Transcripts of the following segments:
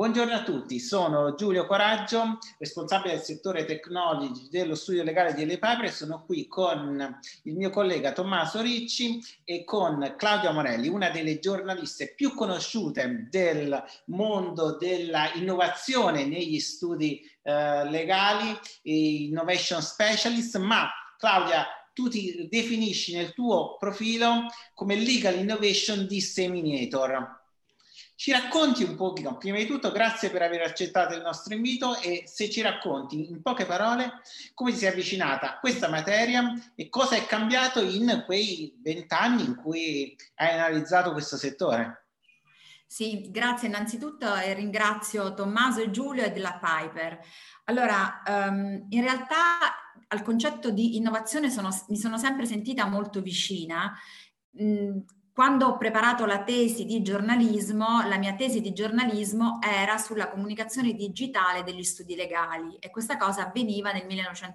Buongiorno a tutti, sono Giulio Coraggio, responsabile del settore technology dello studio legale di LA Piper e sono qui con il mio collega Tommaso Ricci e con Claudia Morelli, una delle giornaliste più conosciute del mondo della innovazione negli studi legali, Innovation Specialist, ma Claudia, tu ti definisci nel tuo profilo come Legal Innovation Disseminator. Ci racconti un pochino, prima di tutto grazie per aver accettato il nostro invito e se ci racconti in poche parole come ti sei avvicinata a questa materia e cosa è cambiato in quei 20 anni in cui hai analizzato questo settore. Sì, grazie innanzitutto e ringrazio Tommaso e Giulio e della Piper. Allora, in realtà al concetto di innovazione mi sono sempre sentita molto vicina. Quando ho preparato la tesi di giornalismo, la mia tesi di giornalismo era sulla comunicazione digitale degli studi legali e questa cosa avveniva nel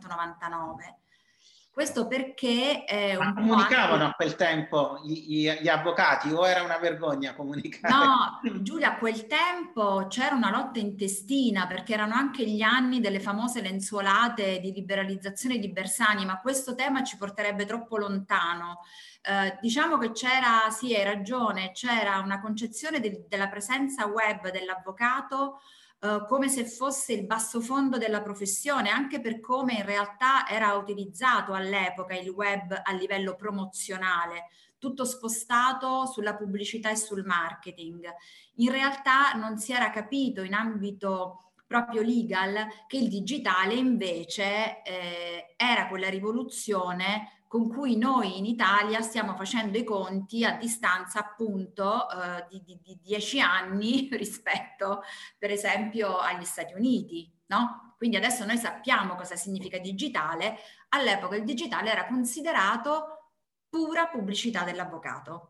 1999. Questo perché Ma comunicavano a quel tempo gli avvocati o era una vergogna comunicare? No, Giulia, a quel tempo c'era una lotta intestina perché erano anche gli anni delle famose lenzuolate di liberalizzazione di Bersani, ma questo tema ci porterebbe troppo lontano. Diciamo che c'era, sì, hai ragione, c'era una concezione della presenza web dell'avvocato come se fosse il bassofondo della professione, anche per come in realtà era utilizzato all'epoca il web a livello promozionale, tutto spostato sulla pubblicità e sul marketing. In realtà non si era capito in ambito proprio legal che il digitale invece era quella rivoluzione con cui noi in Italia stiamo facendo i conti a distanza appunto di 10 anni rispetto per esempio agli Stati Uniti, no? Quindi adesso noi sappiamo cosa significa digitale, all'epoca il digitale era considerato pura pubblicità dell'avvocato.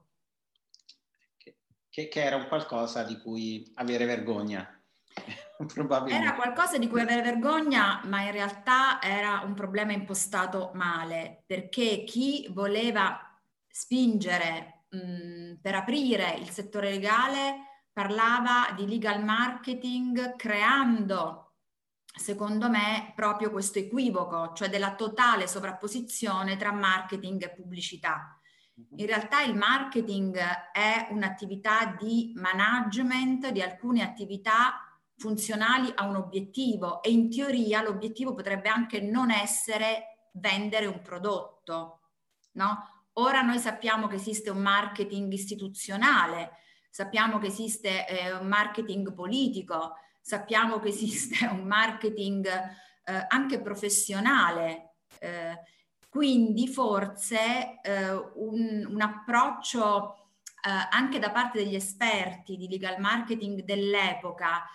Che era un qualcosa di cui avere vergogna. Probabilmente. Era qualcosa di cui avere vergogna, ma in realtà era un problema impostato male, perché chi voleva spingere per aprire il settore legale parlava di legal marketing creando, secondo me, proprio questo equivoco, cioè della totale sovrapposizione tra marketing e pubblicità. In realtà il marketing è un'attività di management di alcune attività funzionali a un obiettivo e in teoria l'obiettivo potrebbe anche non essere vendere un prodotto, no? Ora noi sappiamo che esiste un marketing istituzionale, sappiamo che esiste un marketing politico, sappiamo che esiste un marketing anche professionale. Quindi forse un approccio anche da parte degli esperti di legal marketing dell'epoca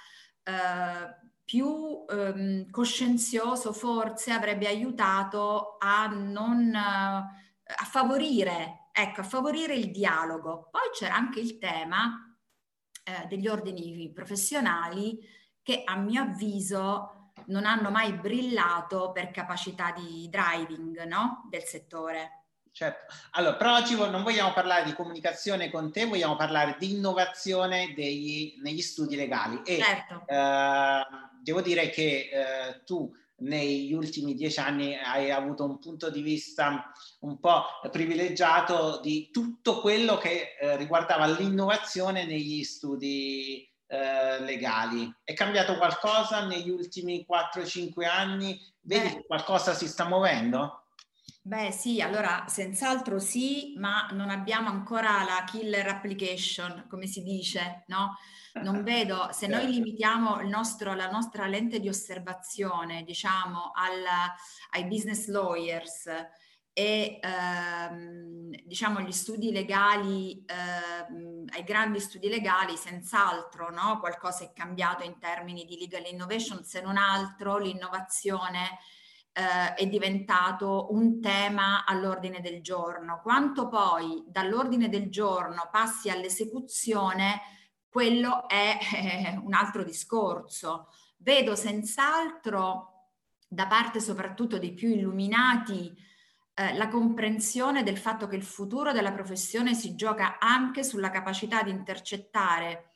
più coscienzioso forse avrebbe aiutato a non a favorire, ecco, a favorire il dialogo. Poi c'era anche il tema degli ordini professionali che a mio avviso non hanno mai brillato per capacità di driving, no? Del settore. Certo. Allora, però oggi non vogliamo parlare di comunicazione con te, vogliamo parlare di innovazione negli studi legali. E certo. Devo dire che tu negli ultimi 10 anni hai avuto un punto di vista un po' privilegiato di tutto quello che riguardava l'innovazione negli studi legali. È cambiato qualcosa negli ultimi 4-5 anni? Vedi che qualcosa si sta muovendo? Beh sì, allora senz'altro sì, ma non abbiamo ancora la killer application, come si dice, no? Non vedo, se noi limitiamo la nostra lente di osservazione, diciamo, ai business lawyers e diciamo gli studi legali, ai grandi studi legali, senz'altro, no? Qualcosa è cambiato in termini di legal innovation, se non altro l'innovazione è diventato un tema all'ordine del giorno. Quanto poi dall'ordine del giorno passi all'esecuzione, quello è un altro discorso. Vedo senz'altro da parte soprattutto dei più illuminati la comprensione del fatto che il futuro della professione si gioca anche sulla capacità di intercettare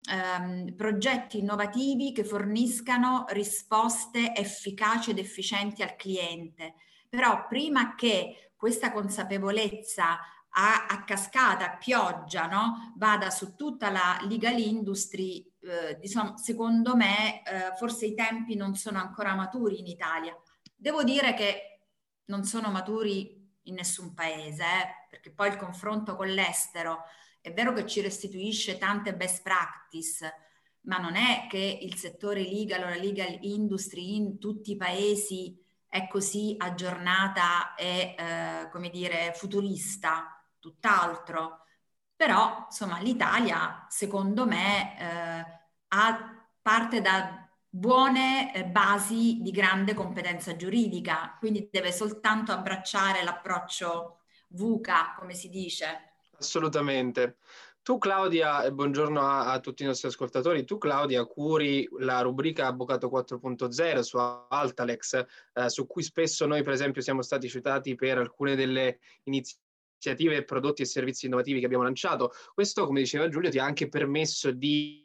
progetti innovativi che forniscano risposte efficaci ed efficienti al cliente. Però prima che questa consapevolezza a cascata, a pioggia, no, vada su tutta la legal industry, diciamo, secondo me forse i tempi non sono ancora maturi in Italia. Devo dire che non sono maturi in nessun paese, perché poi il confronto con l'estero è vero che ci restituisce tante best practice, ma non è che il settore legal o la legal industry in tutti i paesi è così aggiornata e, come dire, futurista, tutt'altro. Però, insomma, l'Italia, secondo me, parte da buone basi di grande competenza giuridica, quindi deve soltanto abbracciare l'approccio VUCA, come si dice. Assolutamente. Tu Claudia, e buongiorno a tutti i nostri ascoltatori, tu Claudia curi la rubrica Avvocato 4.0 su Altalex, su cui spesso noi per esempio siamo stati citati per alcune delle iniziative, prodotti e servizi innovativi che abbiamo lanciato. Questo, come diceva Giulio, ti ha anche permesso di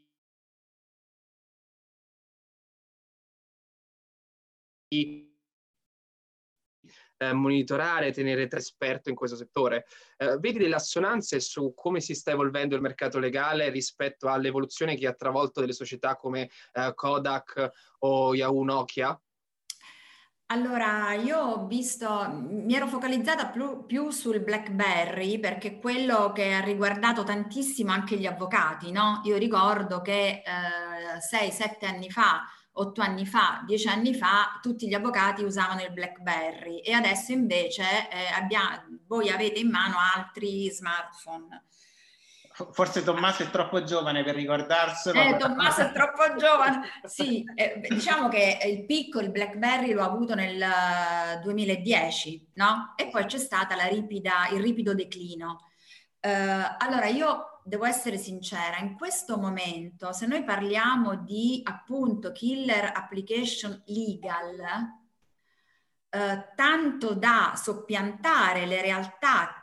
monitorare, tenere esperto in questo settore. Vedi delle assonanze su come si sta evolvendo il mercato legale rispetto all'evoluzione che ha travolto delle società come Kodak o Yahoo Nokia? Allora, io ho visto, mi ero focalizzata più sul BlackBerry perché è quello che ha riguardato tantissimo anche gli avvocati, no? Io ricordo che 6-7 anni fa, 8 anni fa, 10 anni fa, tutti gli avvocati usavano il BlackBerry e adesso invece voi avete in mano altri smartphone. Forse Tommaso è troppo giovane per ricordarselo. Tommaso è troppo giovane. Sì, diciamo che il picco, il BlackBerry l'ho avuto nel 2010, no? E poi c'è stata il ripido declino. Allora, io devo essere sincera, in questo momento, se noi parliamo di appunto killer application legal, tanto da soppiantare le realtà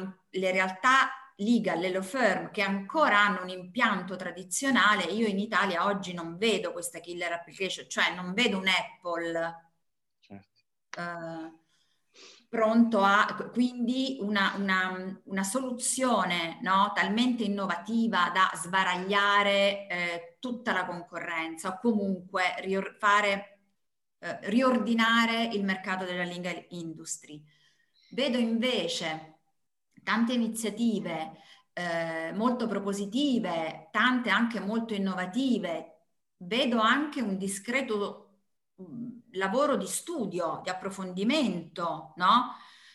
legal, le law firm che ancora hanno un impianto tradizionale, io in Italia oggi non vedo questa killer application, cioè non vedo un Apple pronto a, quindi una soluzione, no, talmente innovativa da sbaragliare tutta la concorrenza o comunque riordinare il mercato della legal industry. Vedo invece tante iniziative molto propositive, tante anche molto innovative. Vedo anche un discreto lavoro di studio, di approfondimento, no?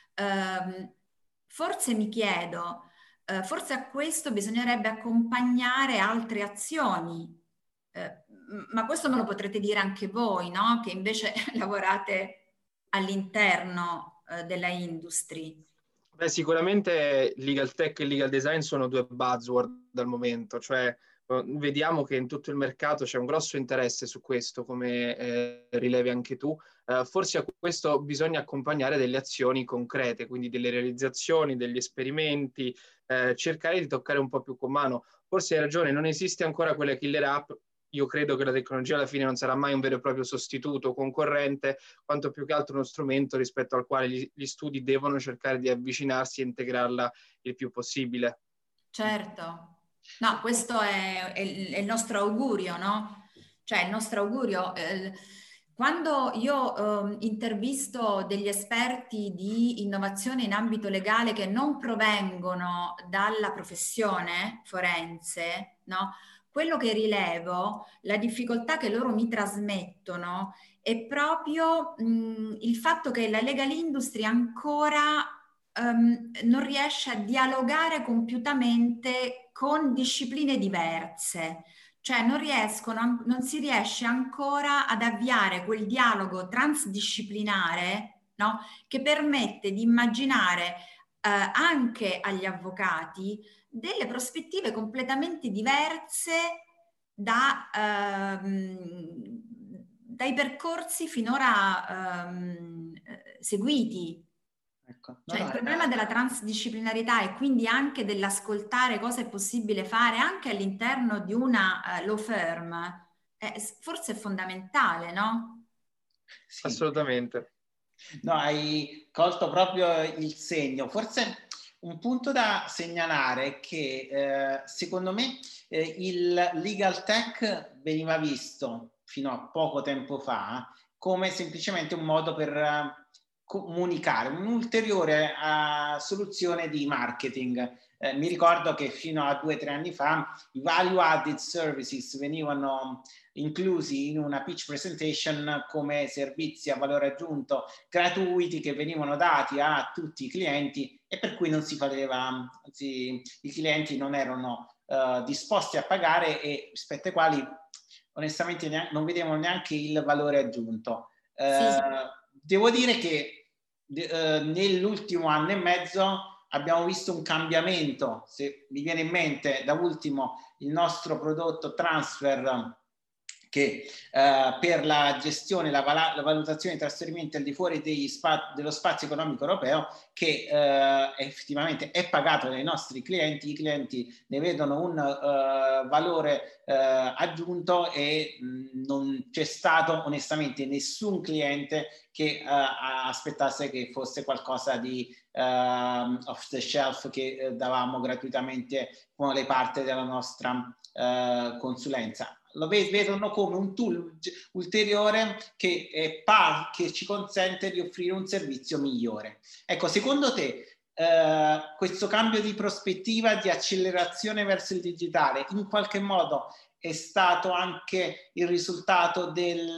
Forse mi chiedo, forse a questo bisognerebbe accompagnare altre azioni, ma questo me lo potrete dire anche voi, no? Che invece lavorate all'interno della industry. Beh, sicuramente legal tech e legal design sono due buzzword al momento, cioè vediamo che in tutto il mercato c'è un grosso interesse su questo, come rilevi anche tu. Forse a questo bisogna accompagnare delle azioni concrete, quindi delle realizzazioni, degli esperimenti, cercare di toccare un po' più con mano. Forse hai ragione, non esiste ancora quella killer app. Io credo che la tecnologia alla fine non sarà mai un vero e proprio sostituto concorrente, quanto più che altro uno strumento rispetto al quale gli studi devono cercare di avvicinarsi e integrarla il più possibile. Certo, no, questo è il nostro augurio, no? Cioè il nostro augurio, quando io intervisto degli esperti di innovazione in ambito legale che non provengono dalla professione forense, no? Quello che rilevo, la difficoltà che loro mi trasmettono è proprio il fatto che la legal industry ancora non riesce a dialogare compiutamente con discipline diverse, cioè non si riesce ancora ad avviare quel dialogo transdisciplinare, no? Che permette di immaginare anche agli avvocati delle prospettive completamente diverse dai percorsi finora seguiti. Ecco. Cioè il problema della transdisciplinarità e quindi anche dell'ascoltare cosa è possibile fare anche all'interno di una law firm, forse è fondamentale, no? Sì. Assolutamente. No, hai colto proprio il segno. Forse un punto da segnalare è che secondo me il legal tech veniva visto fino a poco tempo fa come semplicemente un modo per comunicare, un'ulteriore soluzione di marketing. Mi ricordo che fino a 2 o 3 anni fa i value added services venivano inclusi in una pitch presentation come servizi a valore aggiunto gratuiti che venivano dati a tutti i clienti e per cui non si faceva, anzi, i clienti non erano disposti a pagare e rispetto ai quali onestamente non vedevano neanche il valore aggiunto. Sì. Devo dire che nell'ultimo anno e mezzo abbiamo visto un cambiamento. Se mi viene in mente da ultimo il nostro prodotto Transfer, che per la gestione, la valutazione dei trasferimenti al di fuori dello spazio economico europeo, che effettivamente è pagato dai nostri clienti, i clienti ne vedono un valore aggiunto e non c'è stato onestamente nessun cliente che aspettasse che fosse qualcosa di off the shelf che davamo gratuitamente come parte della nostra consulenza. Lo vedono come un tool ulteriore che ci consente di offrire un servizio migliore. Ecco, secondo te questo cambio di prospettiva, di accelerazione verso il digitale, in qualche modo è stato anche il risultato del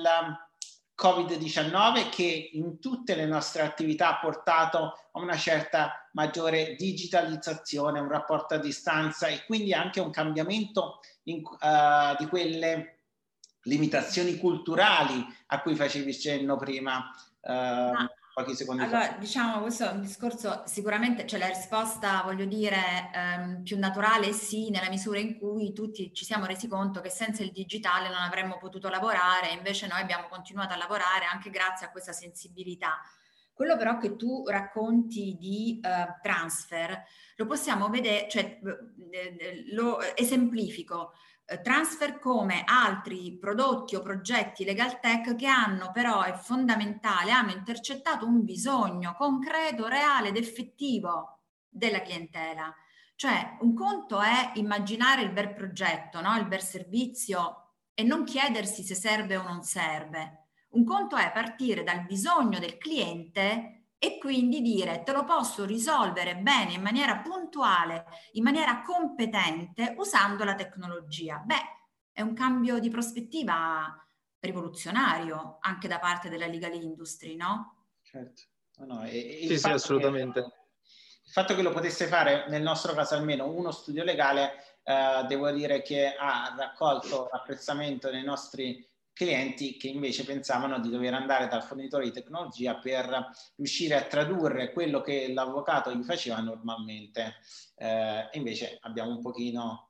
Covid-19 che in tutte le nostre attività ha portato a una certa maggiore digitalizzazione, un rapporto a distanza e quindi anche un cambiamento di quelle limitazioni culturali a cui facevi cenno prima pochi secondi fa. Allora, diciamo, questo è un discorso sicuramente, cioè la risposta, voglio dire, più naturale sì, nella misura in cui tutti ci siamo resi conto che senza il digitale non avremmo potuto lavorare, invece noi abbiamo continuato a lavorare anche grazie a questa sensibilità. Quello però che tu racconti di Transfer, lo possiamo vedere, cioè lo esemplifico. Transfer come altri prodotti o progetti legal tech che hanno però, è fondamentale, hanno intercettato un bisogno concreto, reale ed effettivo della clientela. Cioè un conto è immaginare il bel progetto, no? Il bel servizio e non chiedersi se serve o non serve. Un conto è partire dal bisogno del cliente e quindi dire te lo posso risolvere bene, in maniera puntuale, in maniera competente, usando la tecnologia. Beh, è un cambio di prospettiva rivoluzionario anche da parte della legal industry, no? Certo. No, Sì, assolutamente. Il fatto che lo potesse fare, nel nostro caso almeno, uno studio legale, devo dire che ha raccolto apprezzamento nei nostri clienti che invece pensavano di dover andare dal fornitore di tecnologia per riuscire a tradurre quello che l'avvocato gli faceva normalmente. E invece abbiamo un pochino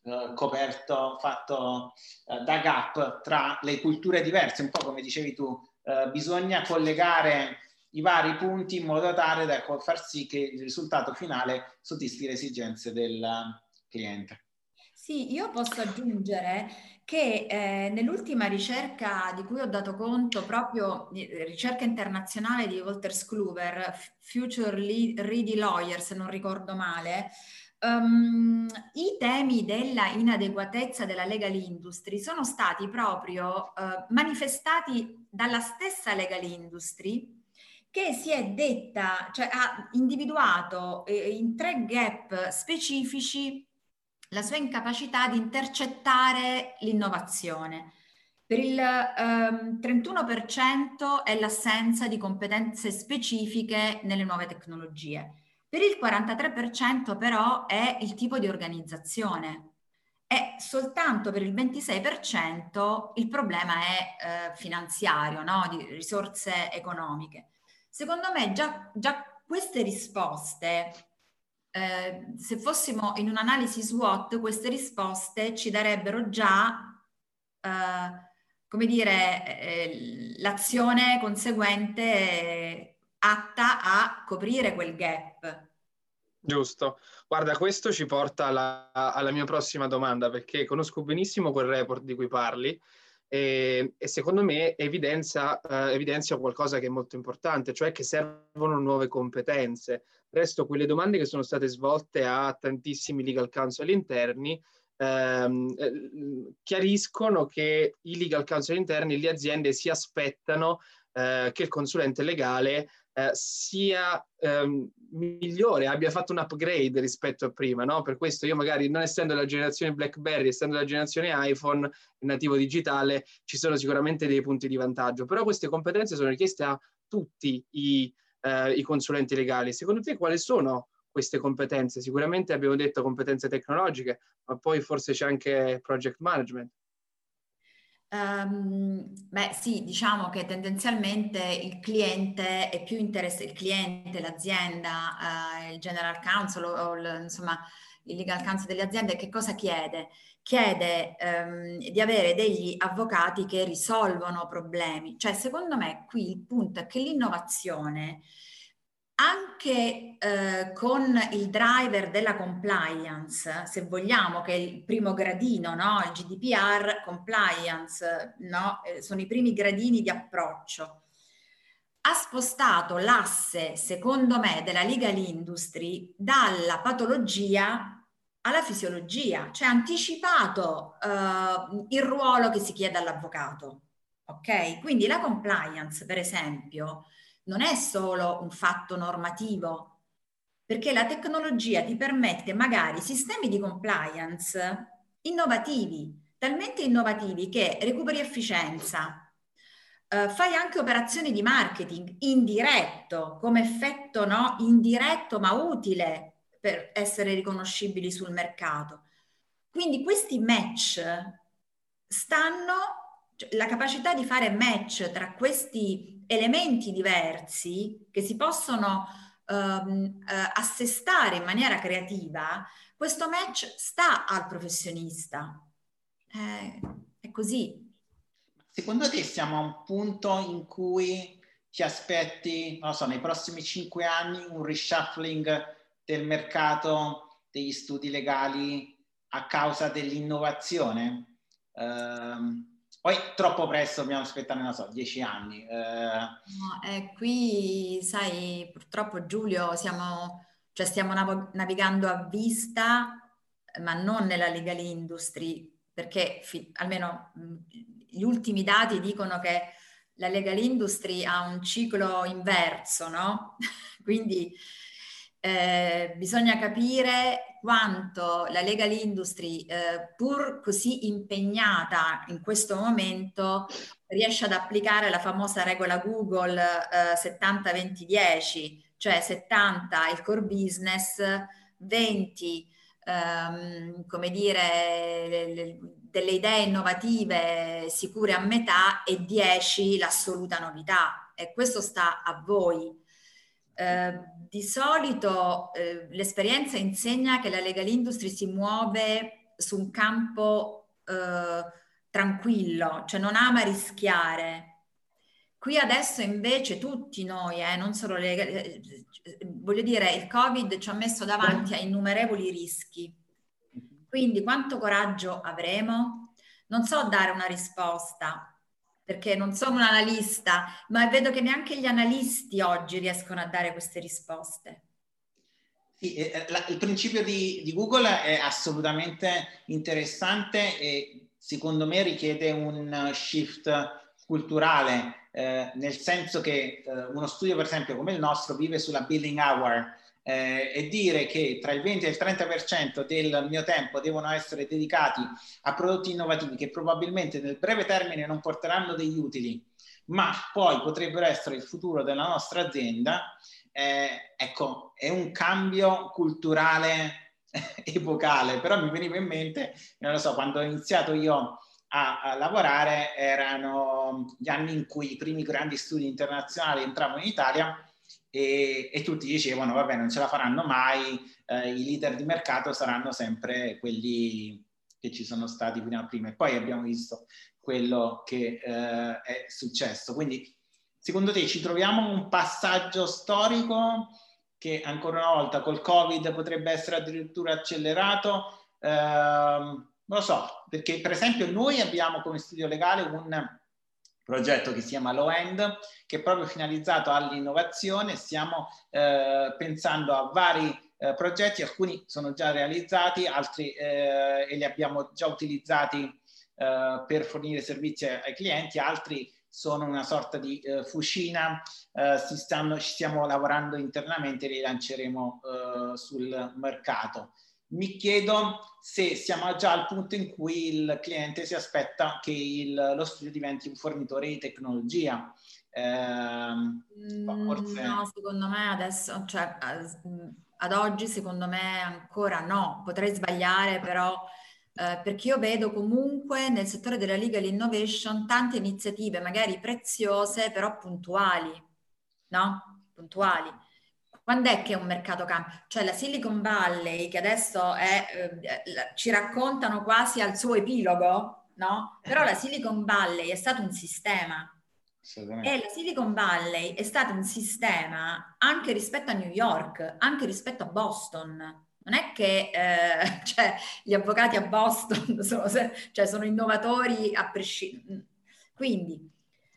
fatto da gap tra le culture diverse, un po' come dicevi tu, bisogna collegare i vari punti in modo tale da far sì che il risultato finale soddisfi le esigenze del cliente. Sì, io posso aggiungere che nell'ultima ricerca di cui ho dato conto, proprio ricerca internazionale di Wolters Kluwer, Future Ready Lawyer, se non ricordo male, i temi della inadeguatezza della legal industry sono stati proprio manifestati dalla stessa legal industry che si è detta, cioè ha individuato in 3 gap specifici la sua incapacità di intercettare l'innovazione. Per il 31% è l'assenza di competenze specifiche nelle nuove tecnologie. Per il 43% però è il tipo di organizzazione. E soltanto per il 26% il problema è finanziario, no? Di risorse economiche. Secondo me già queste risposte, se fossimo in un'analisi SWOT, queste risposte ci darebbero già, come dire, l'azione conseguente atta a coprire quel gap. Giusto. Guarda, questo ci porta alla mia prossima domanda, perché conosco benissimo quel report di cui parli e secondo me evidenzia qualcosa che è molto importante, cioè che servono nuove competenze. Resto quelle domande che sono state svolte a tantissimi legal counsel interni chiariscono che i legal counsel interni, le aziende si aspettano che il consulente legale sia migliore, abbia fatto un upgrade rispetto a prima, no? Per questo io magari, non essendo la generazione BlackBerry, essendo la generazione iPhone, nativo digitale, ci sono sicuramente dei punti di vantaggio, però queste competenze sono richieste a tutti i consulenti legali. Secondo te quali sono queste competenze? Sicuramente abbiamo detto competenze tecnologiche, ma poi forse c'è anche project management. Beh sì, diciamo che tendenzialmente il cliente è più interessato, il cliente, l'azienda, il general counsel insomma il legal counsel delle aziende che cosa chiede? Chiede di avere degli avvocati che risolvono problemi. Cioè secondo me qui il punto è che l'innovazione anche con il driver della compliance, se vogliamo, che è il primo gradino, no? Il GDPR, compliance, no? Sono i primi gradini di approccio. Ha spostato l'asse, secondo me, della legal industry dalla patologia alla fisiologia, cioè ha anticipato il ruolo che si chiede all'avvocato. Ok? Quindi la compliance, per esempio, non è solo un fatto normativo, perché la tecnologia ti permette magari sistemi di compliance innovativi, talmente innovativi che recuperi efficienza, fai anche operazioni di marketing indiretto, come effetto no? Indiretto ma utile per essere riconoscibili sul mercato. Quindi questi match la capacità di fare match tra questi elementi diversi che si possono assestare in maniera creativa, questo match sta al professionista. È così. Secondo te siamo a un punto in cui ti aspetti, non lo so, nei prossimi 5 anni un reshuffling del mercato degli studi legali a causa dell'innovazione? Poi troppo presto, dobbiamo aspettare, non so, 10 anni. No, qui, sai, purtroppo Giulio, stiamo navigando a vista, ma non nella legal industry, perché almeno gli ultimi dati dicono che la legal industry ha un ciclo inverso, no? Quindi bisogna capire quanto la legal industry, pur così impegnata in questo momento, riesce ad applicare la famosa regola Google 70-20-10, cioè 70 il core business, 20 come dire delle idee innovative sicure a metà e 10 l'assoluta novità, e questo sta a voi. Di solito l'esperienza insegna che la legal industry si muove su un campo tranquillo, cioè non ama rischiare. Qui adesso invece tutti noi, non solo voglio dire, il Covid ci ha messo davanti a innumerevoli rischi. Quindi quanto coraggio avremo? Non so dare una risposta, perché non sono un analista, ma vedo che neanche gli analisti oggi riescono a dare queste risposte. Sì, il principio di Google è assolutamente interessante e secondo me richiede un shift culturale, nel senso che uno studio per esempio come il nostro vive sulla billing hour, e dire che tra il 20 e il 30% del mio tempo devono essere dedicati a prodotti innovativi che probabilmente nel breve termine non porteranno degli utili, ma poi potrebbero essere il futuro della nostra azienda. Ecco, è un cambio culturale epocale, però mi veniva in mente, non lo so, quando ho iniziato io a lavorare erano gli anni in cui i primi grandi studi internazionali entravano in Italia e tutti dicevano vabbè non ce la faranno mai, i leader di mercato saranno sempre quelli che ci sono stati fino a prima, e poi abbiamo visto quello che è successo. Quindi secondo te ci troviamo un passaggio storico che ancora una volta col Covid potrebbe essere addirittura accelerato? Non lo so, perché per esempio noi abbiamo come studio legale un progetto che si chiama Low End, che è proprio finalizzato all'innovazione. Stiamo pensando a vari progetti, alcuni sono già realizzati, altri e li abbiamo già utilizzati per fornire servizi ai clienti, altri sono una sorta di fucina, ci stiamo lavorando internamente e li lanceremo sul mercato. Mi chiedo se siamo già al punto in cui il cliente si aspetta che lo studio diventi un fornitore di tecnologia. Forse... No, secondo me adesso, cioè ad oggi secondo me ancora no, potrei sbagliare però perché io vedo comunque nel settore della legal innovation tante iniziative magari preziose però puntuali, no? Puntuali. Quando è che un mercato cambia? Cioè la Silicon Valley, che adesso ci raccontano quasi al suo epilogo, no? Però la Silicon Valley è stato un sistema. E la Silicon Valley è stato un sistema anche rispetto a New York, anche rispetto a Boston. Non è che cioè, gli avvocati a Boston sono innovatori a prescindere. Quindi...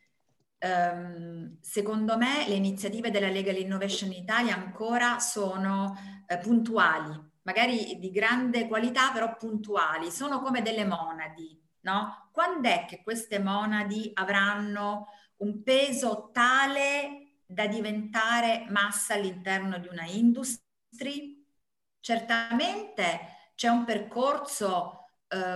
secondo me le iniziative della Legal Innovation in Italia ancora sono puntuali, magari di grande qualità, però puntuali, sono come delle monadi, no? Quando è che queste monadi avranno un peso tale da diventare massa all'interno di una industry? Certamente c'è un percorso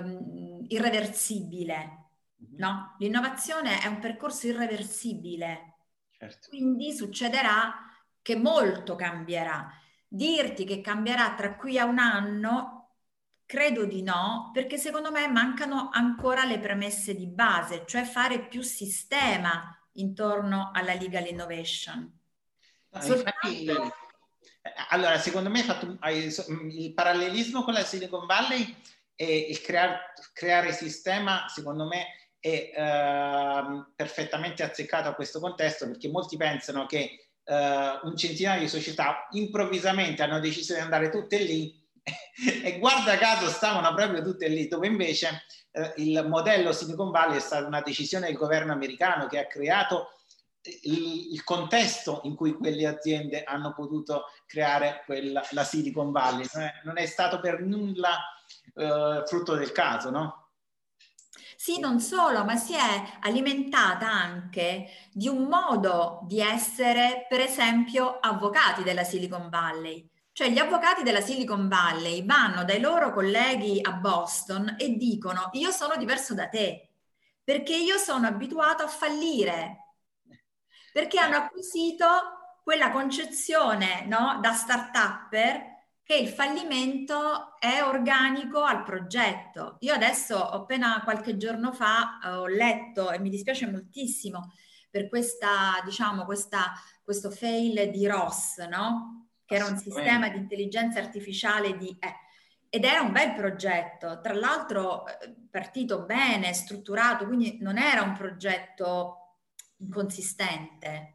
irreversibile. No, l'innovazione è un percorso irreversibile, certo. Quindi succederà che molto cambierà. Dirti che cambierà tra qui a un anno, credo di no, perché secondo me mancano ancora le premesse di base, cioè fare più sistema intorno alla legal innovation. Infatti, allora, secondo me il parallelismo con la Silicon Valley e il creare sistema, secondo me, è perfettamente azzeccato a questo contesto, perché molti pensano che un centinaio di società improvvisamente hanno deciso di andare tutte lì e guarda caso stavano proprio tutte lì, dove invece il modello Silicon Valley è stata una decisione del governo americano che ha creato il contesto in cui quelle aziende hanno potuto creare la Silicon Valley. Non è stato per nulla frutto del caso, no? Sì, non solo, ma si è alimentata anche di un modo di essere, per esempio, avvocati della Silicon Valley. Cioè gli avvocati della Silicon Valley vanno dai loro colleghi a Boston e dicono: io sono diverso da te, perché io sono abituato a fallire, perché hanno acquisito quella concezione, no, da start-upper, che il fallimento è organico al progetto. Io adesso, appena qualche giorno fa, ho letto, e mi dispiace moltissimo per questa, diciamo, questo fail di Ross, no? Che era un sistema di intelligenza artificiale ed era un bel progetto, tra l'altro partito bene, strutturato, quindi non era un progetto inconsistente.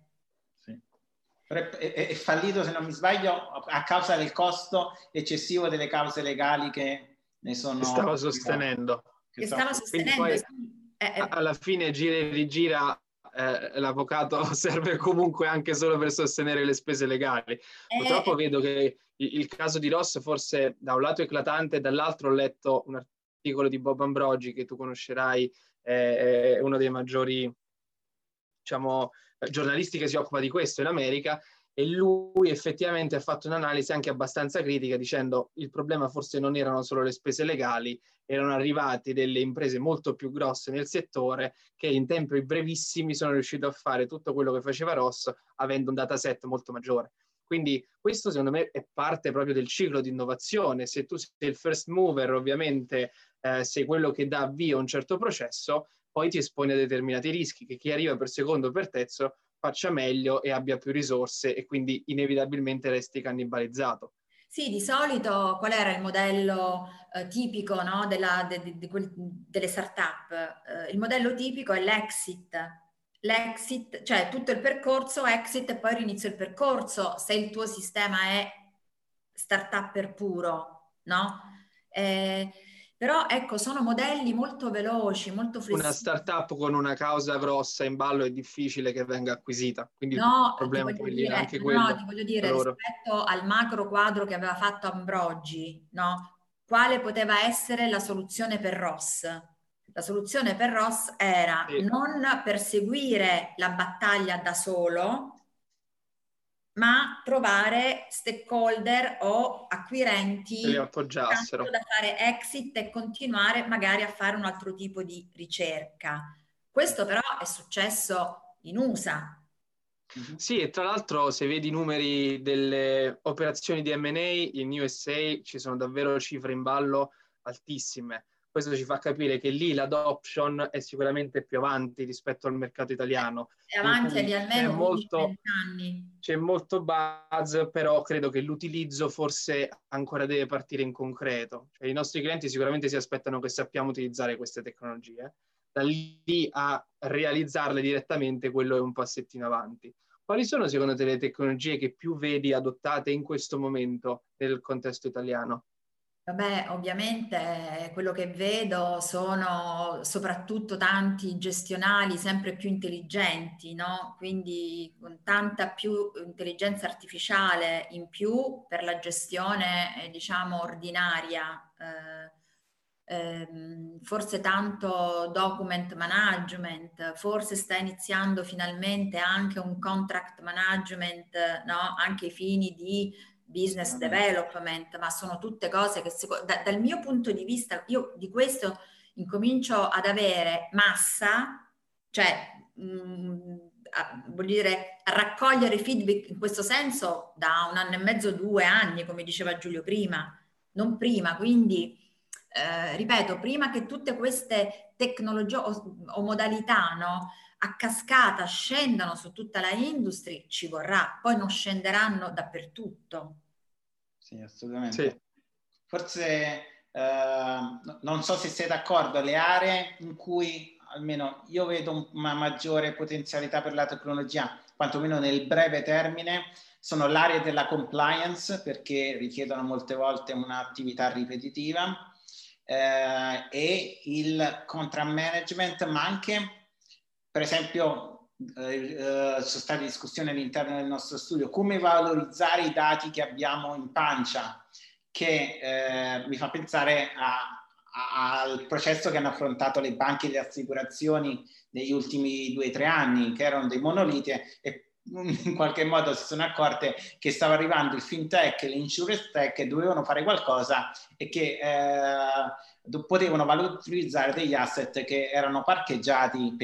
È fallito, se non mi sbaglio, a causa del costo eccessivo delle cause legali che ne sono... Che stava sostenendo. Poi, alla fine gira e rigira, l'avvocato serve comunque anche solo per sostenere le spese legali. Purtroppo vedo che il caso di Ross forse da un lato è eclatante, dall'altro ho letto un articolo di Bob Ambrogi, che tu conoscerai, è uno dei maggiori, diciamo, giornalisti che si occupa di questo in America, e lui effettivamente ha fatto un'analisi anche abbastanza critica dicendo il problema forse non erano solo le spese legali, erano arrivate delle imprese molto più grosse nel settore che in tempi brevissimi sono riuscite a fare tutto quello che faceva Ross avendo un dataset molto maggiore. Quindi questo secondo me è parte proprio del ciclo di innovazione. Se tu sei il first mover, ovviamente sei quello che dà avvio a un certo processo, poi ti esponi a determinati rischi che chi arriva per secondo o per terzo faccia meglio e abbia più risorse e quindi inevitabilmente resti cannibalizzato. Sì, di solito qual era il modello tipico, no, delle start-up? Il modello tipico è l'exit, l'exit, cioè tutto il percorso, exit e poi rinizio il percorso, se il tuo sistema è start-upper puro, no? Però ecco, sono modelli molto veloci, molto Una flessibili. startup con una causa grossa in ballo è difficile che venga acquisita, quindi il No, ti problema voglio poi è dire, anche no, ti quello voglio da dire, loro. rispetto al macro quadro che aveva fatto Ambrogi, no? Quale poteva essere la soluzione per Ross? La soluzione per Ross era Sì. non perseguire la battaglia da solo, ma trovare stakeholder o acquirenti Che li appoggiassero. tanto da fare exit e continuare magari a fare un altro tipo di ricerca. Questo però è successo in USA. Sì, e tra l'altro se vedi i numeri delle operazioni di M&A in USA ci sono davvero cifre in ballo altissime. Questo ci fa capire che lì l'adoption è sicuramente più avanti rispetto al mercato italiano, È in avanti di cui almeno 15-20 anni. c'è molto buzz, però credo che l'utilizzo forse ancora deve partire in concreto. Cioè, i nostri clienti sicuramente si aspettano che sappiamo utilizzare queste tecnologie. Da lì a realizzarle direttamente, quello è un passettino avanti. Quali sono secondo te le tecnologie che più vedi adottate in questo momento nel contesto italiano? Vabbè, ovviamente quello che vedo sono soprattutto tanti gestionali sempre più intelligenti, no? Quindi con tanta più intelligenza artificiale in più per la gestione, diciamo, ordinaria. Forse tanto document management, forse sta iniziando finalmente anche un contract management, no? Anche ai fini di business development, ma sono tutte cose che dal mio punto di vista, io di questo incomincio ad avere massa, cioè voglio dire, a raccogliere feedback in questo senso da 1 anno e mezzo, 2 anni, come diceva Giulio prima, non prima, quindi ripeto, prima che tutte queste tecnologie o modalità, no, a cascata scendano su tutta la industria, ci vorrà, poi non scenderanno dappertutto. Sì, assolutamente. Sì. Forse non so se sei d'accordo, le aree in cui almeno io vedo una maggiore potenzialità per la tecnologia, quantomeno nel breve termine, sono l'area della compliance, perché richiedono molte volte un'attività ripetitiva, e il contract management, ma anche, per esempio, sono state discussioni all'interno del nostro studio, come valorizzare i dati che abbiamo in pancia, che mi fa pensare al processo che hanno affrontato le banche di assicurazioni negli ultimi 2 o 3 anni, che erano dei monoliti e in qualche modo si sono accorte che stava arrivando il fintech e l'insurance tech e dovevano fare qualcosa e che potevano valorizzare degli asset che erano parcheggiati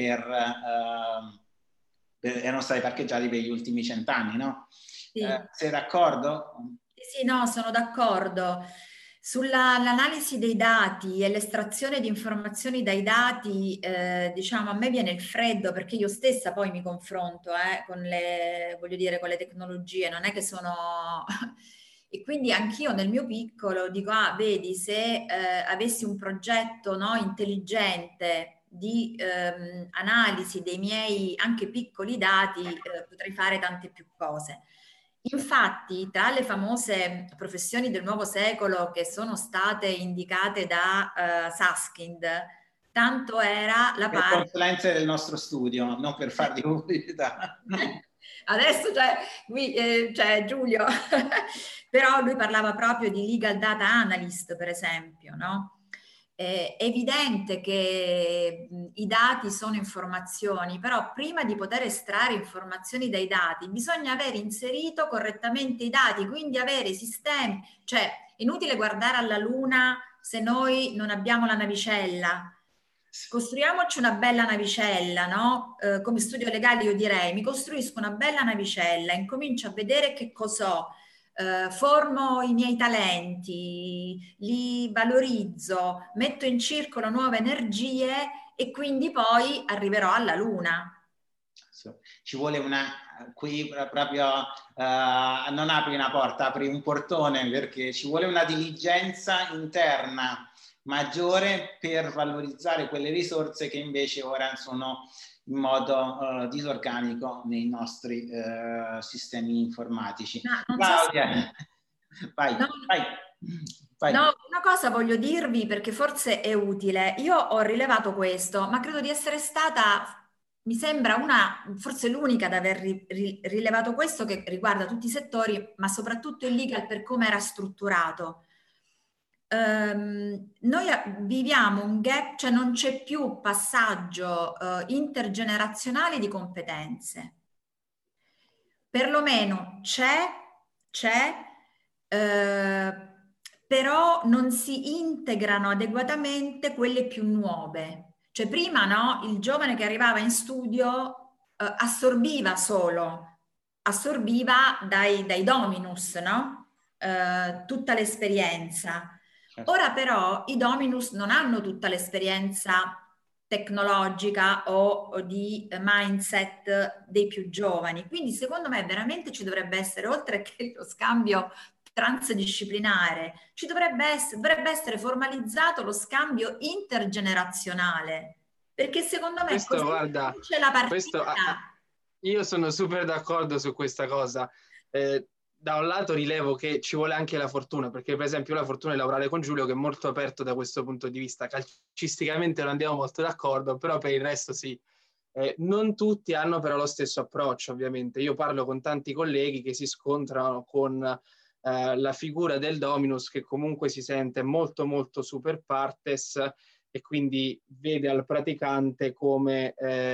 erano stati parcheggiati per gli ultimi 100 anni, no? Sì. Sei d'accordo? Sì, no, sono d'accordo. Sull'analisi dei dati e l'estrazione di informazioni dai dati, diciamo, a me viene il freddo perché io stessa poi mi confronto con voglio dire, con le tecnologie, non è che sono... E quindi anch'io nel mio piccolo dico, vedi, se avessi un progetto, no, intelligente di analisi dei miei anche piccoli dati, potrei fare tante più cose. Infatti, tra le famose professioni del nuovo secolo che sono state indicate da Saskind, tanto era la Per parte... consulenze del nostro studio, non per farvi pubblicità. Adesso c'è Giulio, però lui parlava proprio di legal data analyst, per esempio, no? È evidente che i dati sono informazioni, però prima di poter estrarre informazioni dai dati bisogna aver inserito correttamente i dati, quindi avere sistemi, cioè è inutile guardare alla luna se noi non abbiamo la navicella. Costruiamoci una bella navicella, no? Come studio legale io direi, mi costruisco una bella navicella, incomincio a vedere che cos'ho, formo i miei talenti, li valorizzo, metto in circolo nuove energie e quindi poi arriverò alla luna. Ci vuole qui proprio non apri una porta, apri un portone, perché ci vuole una diligenza interna maggiore per valorizzare quelle risorse che invece ora sono in modo disorganico nei nostri sistemi informatici. Claudia, vai. No, una cosa voglio dirvi perché forse è utile. Io ho rilevato questo, ma credo di essere stata, mi sembra forse l'unica ad aver rilevato questo, che riguarda tutti i settori, ma soprattutto il legal per come era strutturato. Noi viviamo un gap, cioè non c'è più passaggio intergenerazionale di competenze. Perlomeno c'è, però non si integrano adeguatamente quelle più nuove. Cioè prima, no, il giovane che arrivava in studio assorbiva dai dominus, no? Tutta l'esperienza. Ora però i dominus non hanno tutta l'esperienza tecnologica o di mindset dei più giovani. Quindi secondo me veramente ci dovrebbe essere, oltre che lo scambio transdisciplinare, dovrebbe essere formalizzato lo scambio intergenerazionale, perché secondo me questo, così guarda, c'è la partita. Io sono super d'accordo su questa cosa. Da un lato rilevo che ci vuole anche la fortuna, perché per esempio la fortuna di lavorare con Giulio, che è molto aperto da questo punto di vista. Calcisticamente non andiamo molto d'accordo, però per il resto sì. Non tutti hanno però lo stesso approccio, ovviamente. Io parlo con tanti colleghi che si scontrano con la figura del dominus, che comunque si sente molto molto super partes e quindi vede al praticante come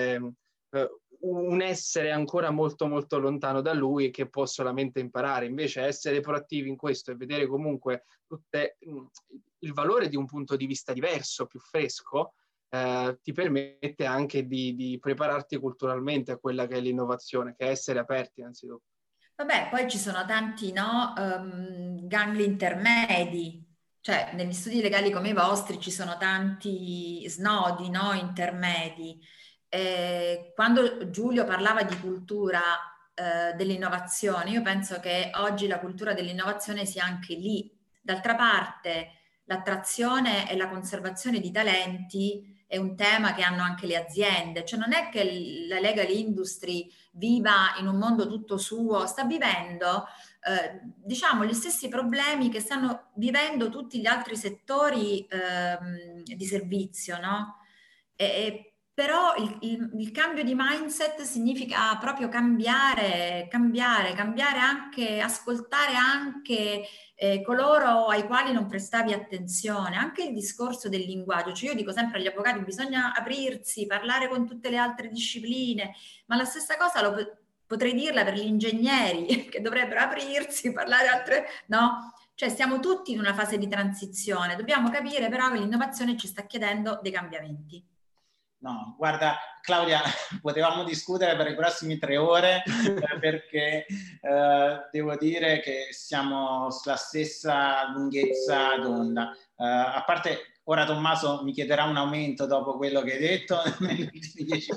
un essere ancora molto molto lontano da lui e che può solamente imparare. Invece essere proattivi in questo e vedere comunque il valore di un punto di vista diverso, più fresco, ti permette anche di prepararti culturalmente a quella che è l'innovazione, che è essere aperti anzitutto. Vabbè, poi ci sono tanti, no, gangli intermedi, cioè negli studi legali come i vostri ci sono tanti snodi, no, intermedi. Quando Giulio parlava di cultura dell'innovazione, io penso che oggi la cultura dell'innovazione sia anche lì. D'altra parte, l'attrazione e la conservazione di talenti è un tema che hanno anche le aziende, cioè non è che la legal industry viva in un mondo tutto suo, sta vivendo diciamo gli stessi problemi che stanno vivendo tutti gli altri settori di servizio, no? Però il cambio di mindset significa proprio cambiare anche, ascoltare anche coloro ai quali non prestavi attenzione, anche il discorso del linguaggio. Cioè io dico sempre agli avvocati, bisogna aprirsi, parlare con tutte le altre discipline, ma la stessa cosa potrei dirla per gli ingegneri, che dovrebbero aprirsi, parlare altre, no? Cioè stiamo tutti in una fase di transizione, dobbiamo capire però che l'innovazione ci sta chiedendo dei cambiamenti. No, guarda Claudia, potevamo discutere per i prossimi 3 ore perché devo dire che siamo sulla stessa lunghezza d'onda. A parte, ora Tommaso mi chiederà un aumento dopo quello che hai detto negli ultimi 10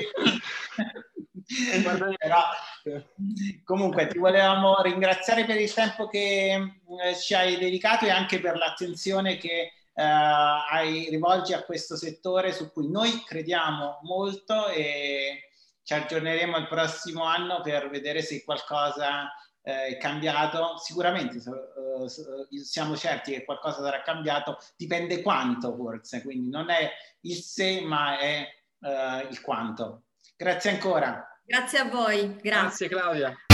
minuti. Però, comunque ti volevamo ringraziare per il tempo che ci hai dedicato e anche per l'attenzione che rivolgi a questo settore su cui noi crediamo molto, e ci aggiorneremo il prossimo anno per vedere se qualcosa è cambiato. Sicuramente siamo certi che qualcosa sarà cambiato, dipende quanto forse, quindi non è il se ma è il quanto. Grazie ancora. Grazie a voi. Grazie Claudia.